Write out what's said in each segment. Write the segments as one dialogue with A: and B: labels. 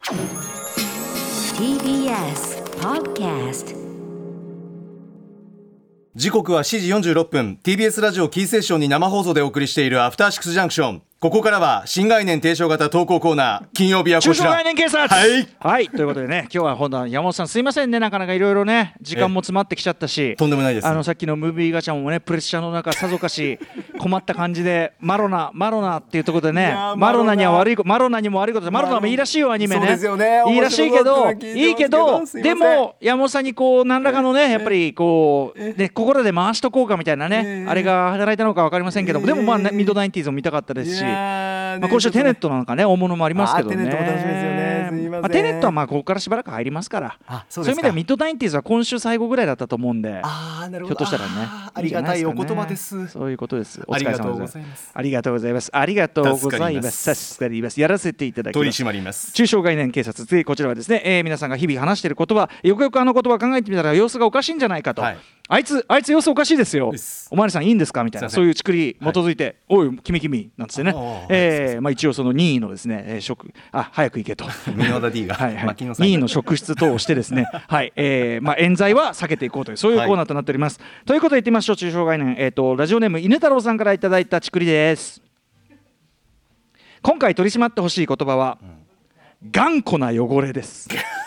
A: TBS Podcast。
B: 時刻は7時46分 TBS ラジオキーセッションに生放送でお送りしているアフターシックスジャンクション。ここからは新概念提唱型投稿コーナー、金曜日はこちら
C: 中小概念警察。
B: はい、
C: ということでね、今日は本当山本さんすいませんね、なかなかいろいろね時間も詰まってきちゃったし、
B: とんでもないです。
C: さっきのムービーガチャもねプレッシャーの中さぞかし困った感じでマロナっていうところでね、マロナにも悪いことで、マロナもいいらしいよアニメね。
B: そうですよね。
C: いいらしいけどでも山本さんにこう何らかのねやっぱりこうね心で回しとこうかみたいなね、あれが働いたのか分かりませんけども、でもまあミッドナインティーズも見たかったですし、今週テネットなんかね大物もありますけどね。
B: テネットも楽しみですよね。すいません。
C: テネットはまあここからしばらく入りますから、そういう意味ではミッドナインティーズは今週最後ぐらいだったと思うんで、
B: なるほど、
C: ひょっとしたらね
B: ありがたいお言葉です。
C: そういうことです。お
B: あり
C: 疲れ様です。
B: がとうございます。
C: ありがとうございます。ありがとうございます。助かります。やらせていただきます。
B: 取り締まります。
C: 中小概念警察、次こちらはですね、皆さんが日々話している言葉、よくよくあの言葉を考えてみたら様子がおかしいんじゃないかと、あいつ様子おかしいですよ、おまわりさんいいんですかみたいな、そういうちくり基づいて、おい君なんつってね、まあ一応その任意のですね、早く行けと
B: 箕輪田 D が
C: 任意の職質等をしてですねまあ冤罪は避けていこうという、そういうコーナーとなっております。ということで言ってみましょう。中小概念、ラジオネーム犬太郎さんからいただいたちくりです。今回取り締まってほしい言葉は、頑固な汚れです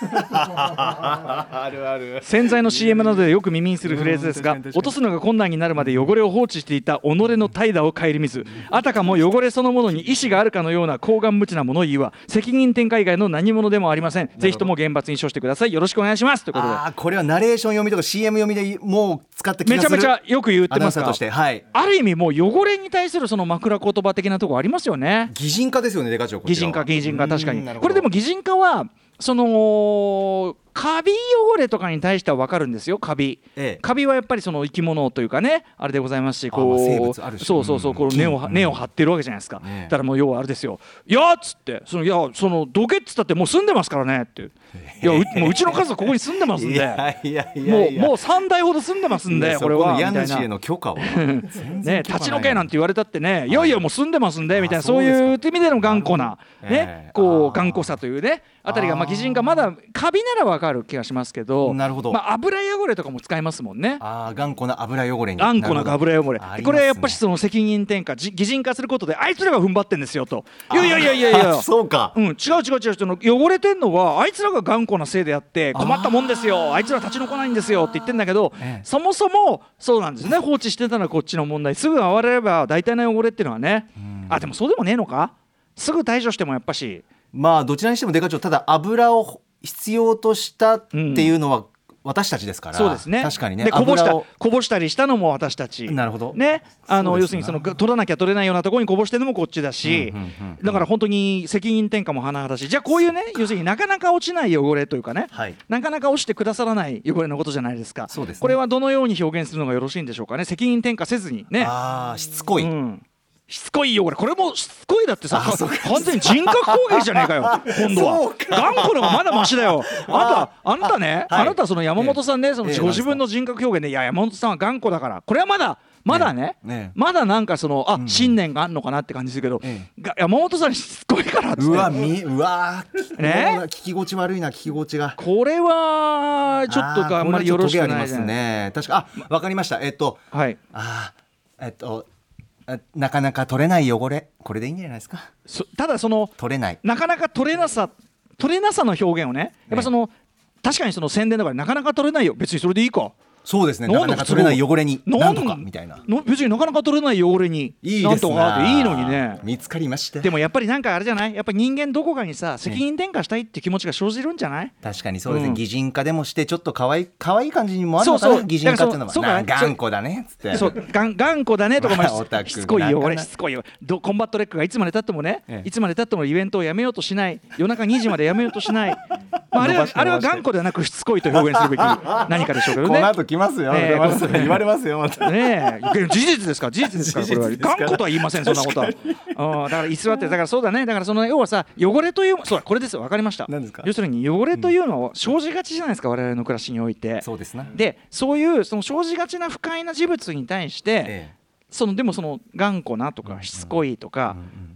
B: あるある。
C: 洗剤の CM などでよく耳にするフレーズですが、落とすのが困難になるまで汚れを放置していた己の怠惰を顧みず、あたかも汚れそのものに意志があるかのような厚顔無知なものを言うは責任転嫁以外の何者でもありません。ぜひとも厳罰に処してください。よろしくお願いしますということで、
B: これはナレーション読みとか CM 読みでもう使って気がする。
C: めちゃめちゃよく言ってますか。ある意味もう汚れに対するその枕言葉的なところありますよね。
B: 擬人化ですよね、デカ長。
C: 擬人化確かに。これでも擬人化はそのカビ汚れとかに対しては分かるんですよ。カビはやっぱりその生き物というかね、あれでございますし、こう
B: 生物あるし、
C: そうこう根を張ってるわけじゃないですか。だからもう要はあれですよ、いやっつってそのどけっつったってもう住んでますからねって、もううちの家族ここに住んでますんで、もう3代ほど住んでますんで、これはみたいな、
B: 家主への許可を
C: ね、立ち退けなんて言われたってね、いやもう住んでますんでみたいな、そういう意味での頑固なね、こう頑固さというねあたりが、まあ擬人化まだカビなら分かる気がしますけど、
B: なるほど。
C: まあ油汚れとかも使いますもんね。
B: 頑固な油汚れに。
C: 頑固な油汚れ、これはやっぱりその責任転嫁、擬人化することであいつらが踏ん張ってんですよと。いや
B: そうか、
C: 違う、その汚れてんのはあいつらが頑固なせいであって困ったもんですよ、あいつら立ち退かないんですよって言ってんだけど、そもそもそうなんですね。放置してたのはこっちの問題。すぐ洗われれば大体の汚れっていうのはね、でもそうでもねえのか。すぐ対処してもやっぱし、
B: まあどちらにしてもデカ長、ただ油を必要としたっていうのは私たちですから、
C: そうですね。
B: 確かにね。
C: でこぼしたりしたのも私たち。
B: なるほど
C: ね、要するにその取らなきゃ取れないようなところにこぼしてるのもこっちだし、だから本当に責任転嫁も甚だし、じゃあこういうね、要するになかなか落ちない汚れというかね、なかなか落ちてくださらない汚れのことじゃないですか。
B: そうですね。
C: これはどのように表現するのがよろしいんでしょうかね。責任転嫁せずにね。
B: しつこい。
C: しつこい汚れ、これもしつこいだってさ、完全に人格攻撃じゃねえかよ今度は。頑固のがまだマシだよ。あんたね、あなたその山本さんね、そのご自分の人格表現で、いや山本さんは頑固だから、これはまだね、まだなんかその信念があるのかなって感じするけど、山本さんにしつこいからっつって、
B: 聞き心地悪いな、聞き心地が。
C: これはちょっとあんまりよろしくないですね。
B: 確かわかりました。なかなか取れない汚れ、これでいいんじゃないですか。
C: ただその
B: 取れない、
C: なかなか取れなさの表現をね、やっぱその確かにその宣伝だからなかなか取れないよ、別にそれでいいか。
B: そうですね。なかなか取れない汚れになんとかみたいな。
C: 別になかなか取れない汚れになんとかでいいのにね。
B: 見つかりました。
C: でもやっぱりなんかあれじゃない、やっぱり人間どこかにさ責任転嫁したいっていう気持ちが生じるんじゃない。
B: 確かにそうですね。擬人化でもしてちょっと可愛い感じにもあるのかな。擬人化っていうのは頑固だねっつって、
C: そう頑固だねとかしつこい汚れ、コンバットレックがいつまでたってもね、いつまでたってもイベントをやめようとしない、夜中2時までやめようとしない、あれは頑固ではなくしつこいと表現するべき何かでしょうけどね。
B: この後来ますよ。言われますよまた
C: ね。事実ですからこれは頑固とは言いません、そんなことは。だから居座って、だからそうだね、だからその要はさ、汚れという、そうだこれですよ、分かりました。要するに汚れというのは生じがちじゃないですか、我々の暮らしにおいて。
B: そうですね。
C: でそういうその生じがちな不快な事物に対して、でもその頑固なとかしつこいとか、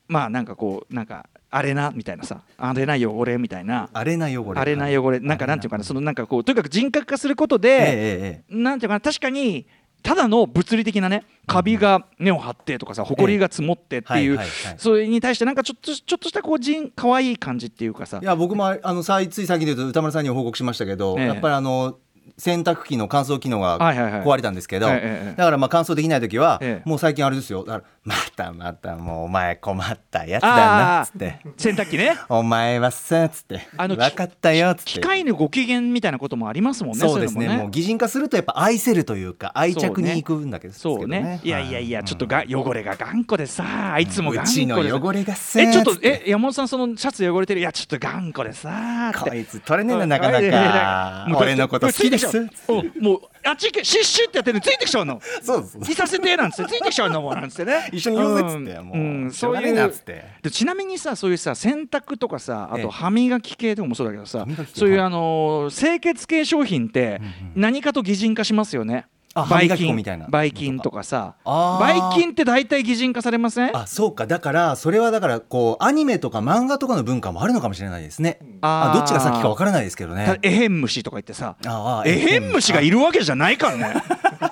C: まあなんかこうなんか荒れなみたいなさ、荒れな汚れみたいな、
B: 荒れな汚れ、
C: 荒れな汚れ、なんかなんていうかな、そのなんかこうとにかく人格化することで、なんていうかな、確かにただの物理的なね、カビが根を張ってとかさ、埃が積もってっていう、それに対してなんかちょっとしたこう可愛い感じっていうかさ。
B: いや僕もつい最近で言うと歌丸さんにも報告しましたけど、やっぱり洗濯機の乾燥機能が壊れたんですけど、だからまあ乾燥できない時は、もう最近あれですよ、だからまたもうお前困ったやつだなっつって、
C: 洗濯機ね、
B: お前はさっつって分かったよっつって、
C: 機械のご機嫌みたいなこともありますもんね。
B: そうですね、もう擬人化するとやっぱ愛せるというか愛着に行くんだけど、
C: そうね、いやちょっと汚れが頑固でさ、あいつも頑固で、
B: うちの汚れがさ、
C: ちょっと山本さんそのシャツ汚れてる、いやちょっと頑固でさって、
B: こいつ取れねえななかなか、俺のこと好きです、
C: もうあっち行けシュッシュってやってるのついてきちゃうの、
B: そうです、
C: いさせてなんつってついてきちゃうのもなんつってね、
B: 一緒に言うぜっつって、もうしょうがねえなっつって。
C: でちなみにさ、そういうさ洗濯とかさ、あと歯磨き系とかもそうだけどさ、そういう清潔系商品って何かと擬人化しますよね。バイキンとかさ、バイキンって大体擬人化されません？
B: あ、そうか、だからそれはだからこうアニメとか漫画とかの文化もあるのかもしれないですね。どっちが先かわからないですけどね。
C: エヘン虫とか言ってさ、エヘン虫がいるわけじゃないからね。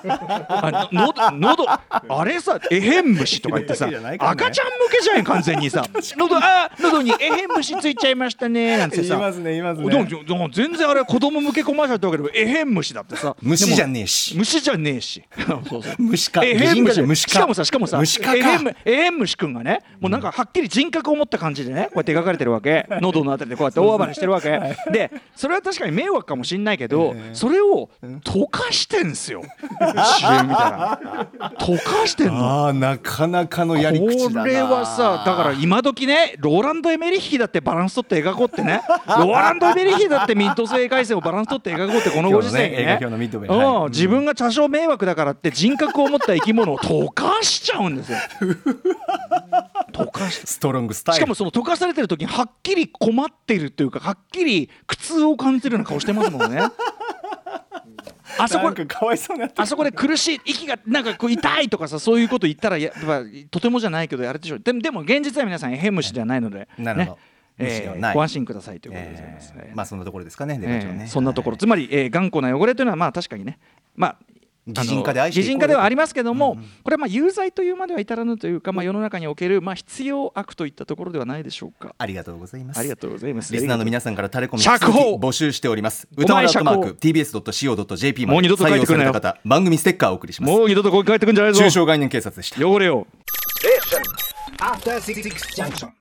C: 喉あれさ、エヘン虫とか言ってさ、赤ちゃん向けじゃん完全にさ、喉にエヘン虫ついちゃいましたねなんてさ、
B: 言いますね。
C: でも全然あれ子供向けコマーシャルってわけでもエヘン虫だってさ、
B: 虫じゃねえし
C: 虫か、エヘン虫しかもさエヘン虫くんがね、もうなんかはっきり人格を持った感じでね、こうやって描かれてるわけ、喉のあたりでこうやって大暴れしてるわけで、それは確かに迷惑かもしんないけど、それを溶かしてんすよCM みたいな、溶かしてんの。
B: なかなかのやり口だな。
C: これはさ、だから今時ね、ローランド・エメリッヒだってバランス取って描こうってね、ローランド・エメリッヒだってミッド星回線をバランス取って描こうって、このご時世にね、自分が多少迷惑だからって人格を持った生き物を溶かしちゃうんですよ。溶かし
B: ストロングスタイル。
C: しかもその溶かされてる時にはっきり困っているというか、はっきり苦痛を感じてるような顔してますもんね。あそこで苦しい、息がなんかこう痛いとかさ、そういうこと言ったらやっぱとてもじゃないけどやるでしょう。でも現実は皆さんエヘン虫ではないので、
B: なるほど、
C: ご安心くださいということでございます。
B: まあそんなところですかね。
C: そんなところ、つまり頑固な汚れというのはまあ確かにね、まあ
B: 擬人化で
C: はありますけども、これはまあ有罪というまでは至らぬというか、まあ世の中におけるまあ必要悪といったところではないでしょうか。
B: ありがとうございます。
C: ありがとうございます。
B: リスナーの皆さんからタレコミ募集しております。歌丸@tbs.co.jp まで採用された方、番組ステッカーをお送りします。
C: もう二度とこう帰ってくんじゃないぞ。
B: 中小概念警察でした。
C: 汚れを。